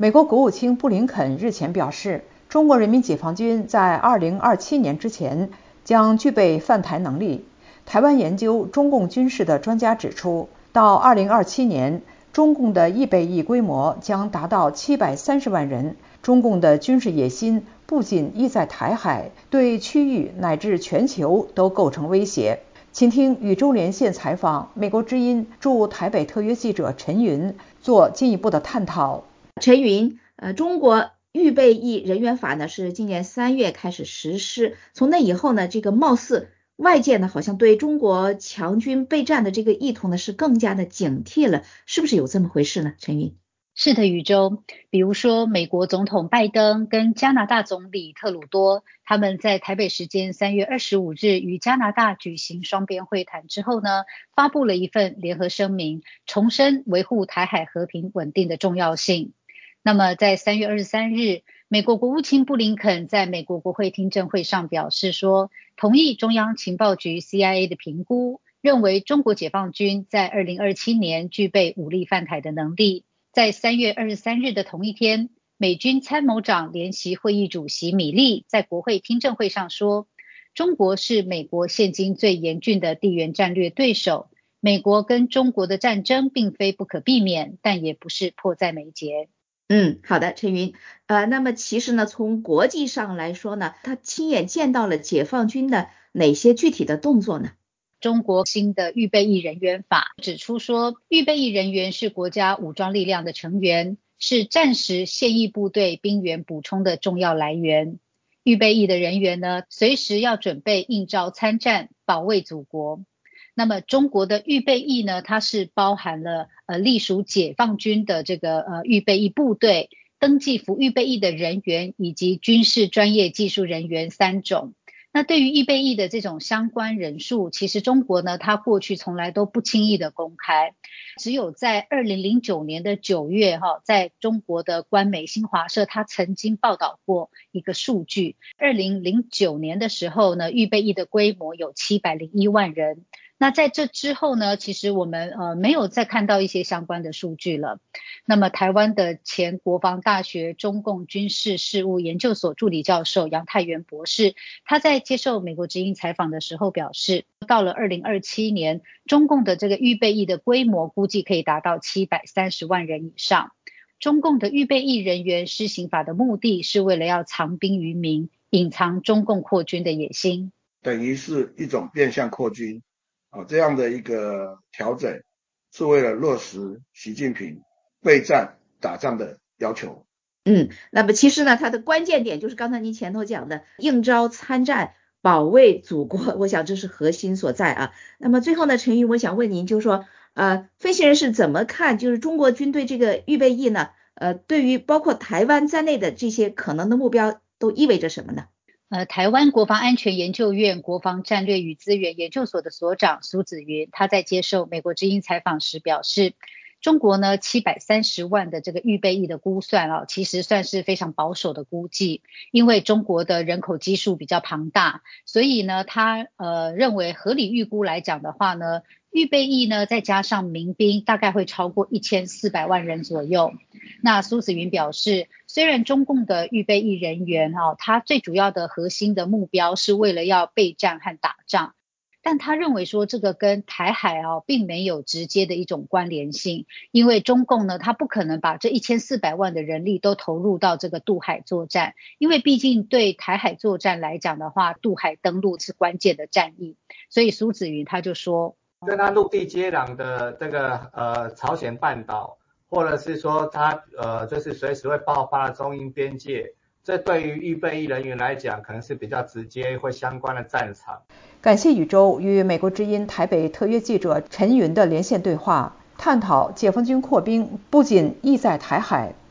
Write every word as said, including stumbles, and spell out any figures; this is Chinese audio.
美国国务卿布林肯日前表示，中国人民解放军在二零二七年之前将具备犯台能力。台湾研究中共军事的专家指出，到二零二七年，中共的易备役规模将达到七百三十万人。中共的军事野心不仅意在台海，对区域乃至全球都构成威胁。请听宇宙连线采访美国之音驻台北特约记者陈云做进一步的探讨。 陈云，呃，中国预备役人员法呢是今年三月开始实施，从那以后呢，这个貌似外界呢好像对中国强军备战的这个意图呢是更加的警惕了，是不是有这么回事呢？陈云。 是的，宇宙。比如说，美国总统拜登跟加拿大总理特鲁多，他们在台北时间三月二十五日与加拿大举行双边会谈之后呢，发布了一份联合声明，重申维护台海和平稳定的重要性。那么在三月二十三日，美国国务卿布林肯在美国国会听证会上表示说，同意中央情报局 C I A 的评估，认为中国解放军在二零二七年具备武力犯台的能力。在三月二十三日的同一天，美军参谋长联席会议主席米利在国会听证会上说，中国是美国现今最严峻的地缘战略对手，美国跟中国的战争并非不可避免，但也不是迫在眉睫。 嗯，好的，陈云。呃，那么其实呢，从国际上来说呢，他亲眼见到了解放军的哪些具体的动作呢？ 中国新的预备役人员法指出说，预备役人员是国家武装力量的成员，是战时现役部队兵员补充的重要来源。预备役的人员呢，随时要准备应召参战，保卫祖国。那么中国的预备役呢，它是包含了呃隶属解放军的这个呃预备役部队、登记服预备役的人员以及军事专业技术人员三种。那对于预备役的这种相关人数，其实中国呢，它过去从来都不轻易的公开，只有在二零零九年的九月哈，在中国的官媒新华社，它曾经报道过一个数据，二零零九年的时候呢，预备役的规模有七百零一万人。那在这之后呢，其实我们呃没有再看到一些相关的数据了。那么台湾的前国防大学中共军事事务研究所助理教授杨泰元博士，他在接受美国之音采访的时候表示，到了二零二七年，中共的这个预备役的规模估计可以达到七百三十万人以上。中共的预备役人员施行法的目的是为了要藏兵于民，隐藏中共扩军的野心， 等于是一种变相扩军。啊，这样的一个调整是为了落实习近平备战打仗的要求。 嗯，那么其实呢，它的关键点就是刚才您前头讲的应召参战，保卫祖国，我想这是核心所在啊。那么最后呢，陈云，我想问您，就是说，呃，分析人士怎么看，就是中国军队这个预备役呢？呃，对于包括台湾在内的这些可能的目标，都意味着什么呢？ 呃，台湾国防安全研究院国防战略与资源研究所的所长苏子云，他在接受美国之音采访时表示，中国呢七百三十万的这个预备役的估算啊，其实算是非常保守的估计，因为中国的人口基数比较庞大，所以呢，他呃认为合理预估来讲的话呢，预备役呢再加上民兵大概会超过一千四百万人左右。那苏子云表示，虽然中共的预备役人员啊，他最主要的核心的目标是为了要备战和打仗，但他认为说这个跟台海啊并没有直接的一种关联性，因为中共呢，他不可能把这一千四百万的人力都投入到这个渡海作战，因为毕竟对台海作战来讲的话，渡海登陆是关键的战役，所以苏子云他就说， 跟他陆地接壤的这个呃朝鲜半岛，或者是说他呃就是随时会爆发的中印边界，这对于预备役人员来讲，可能是比较直接会相关的战场。 感谢宇宙与美国之音台北特约记者陈云的连线对话，探讨解放军扩兵不仅意在台海，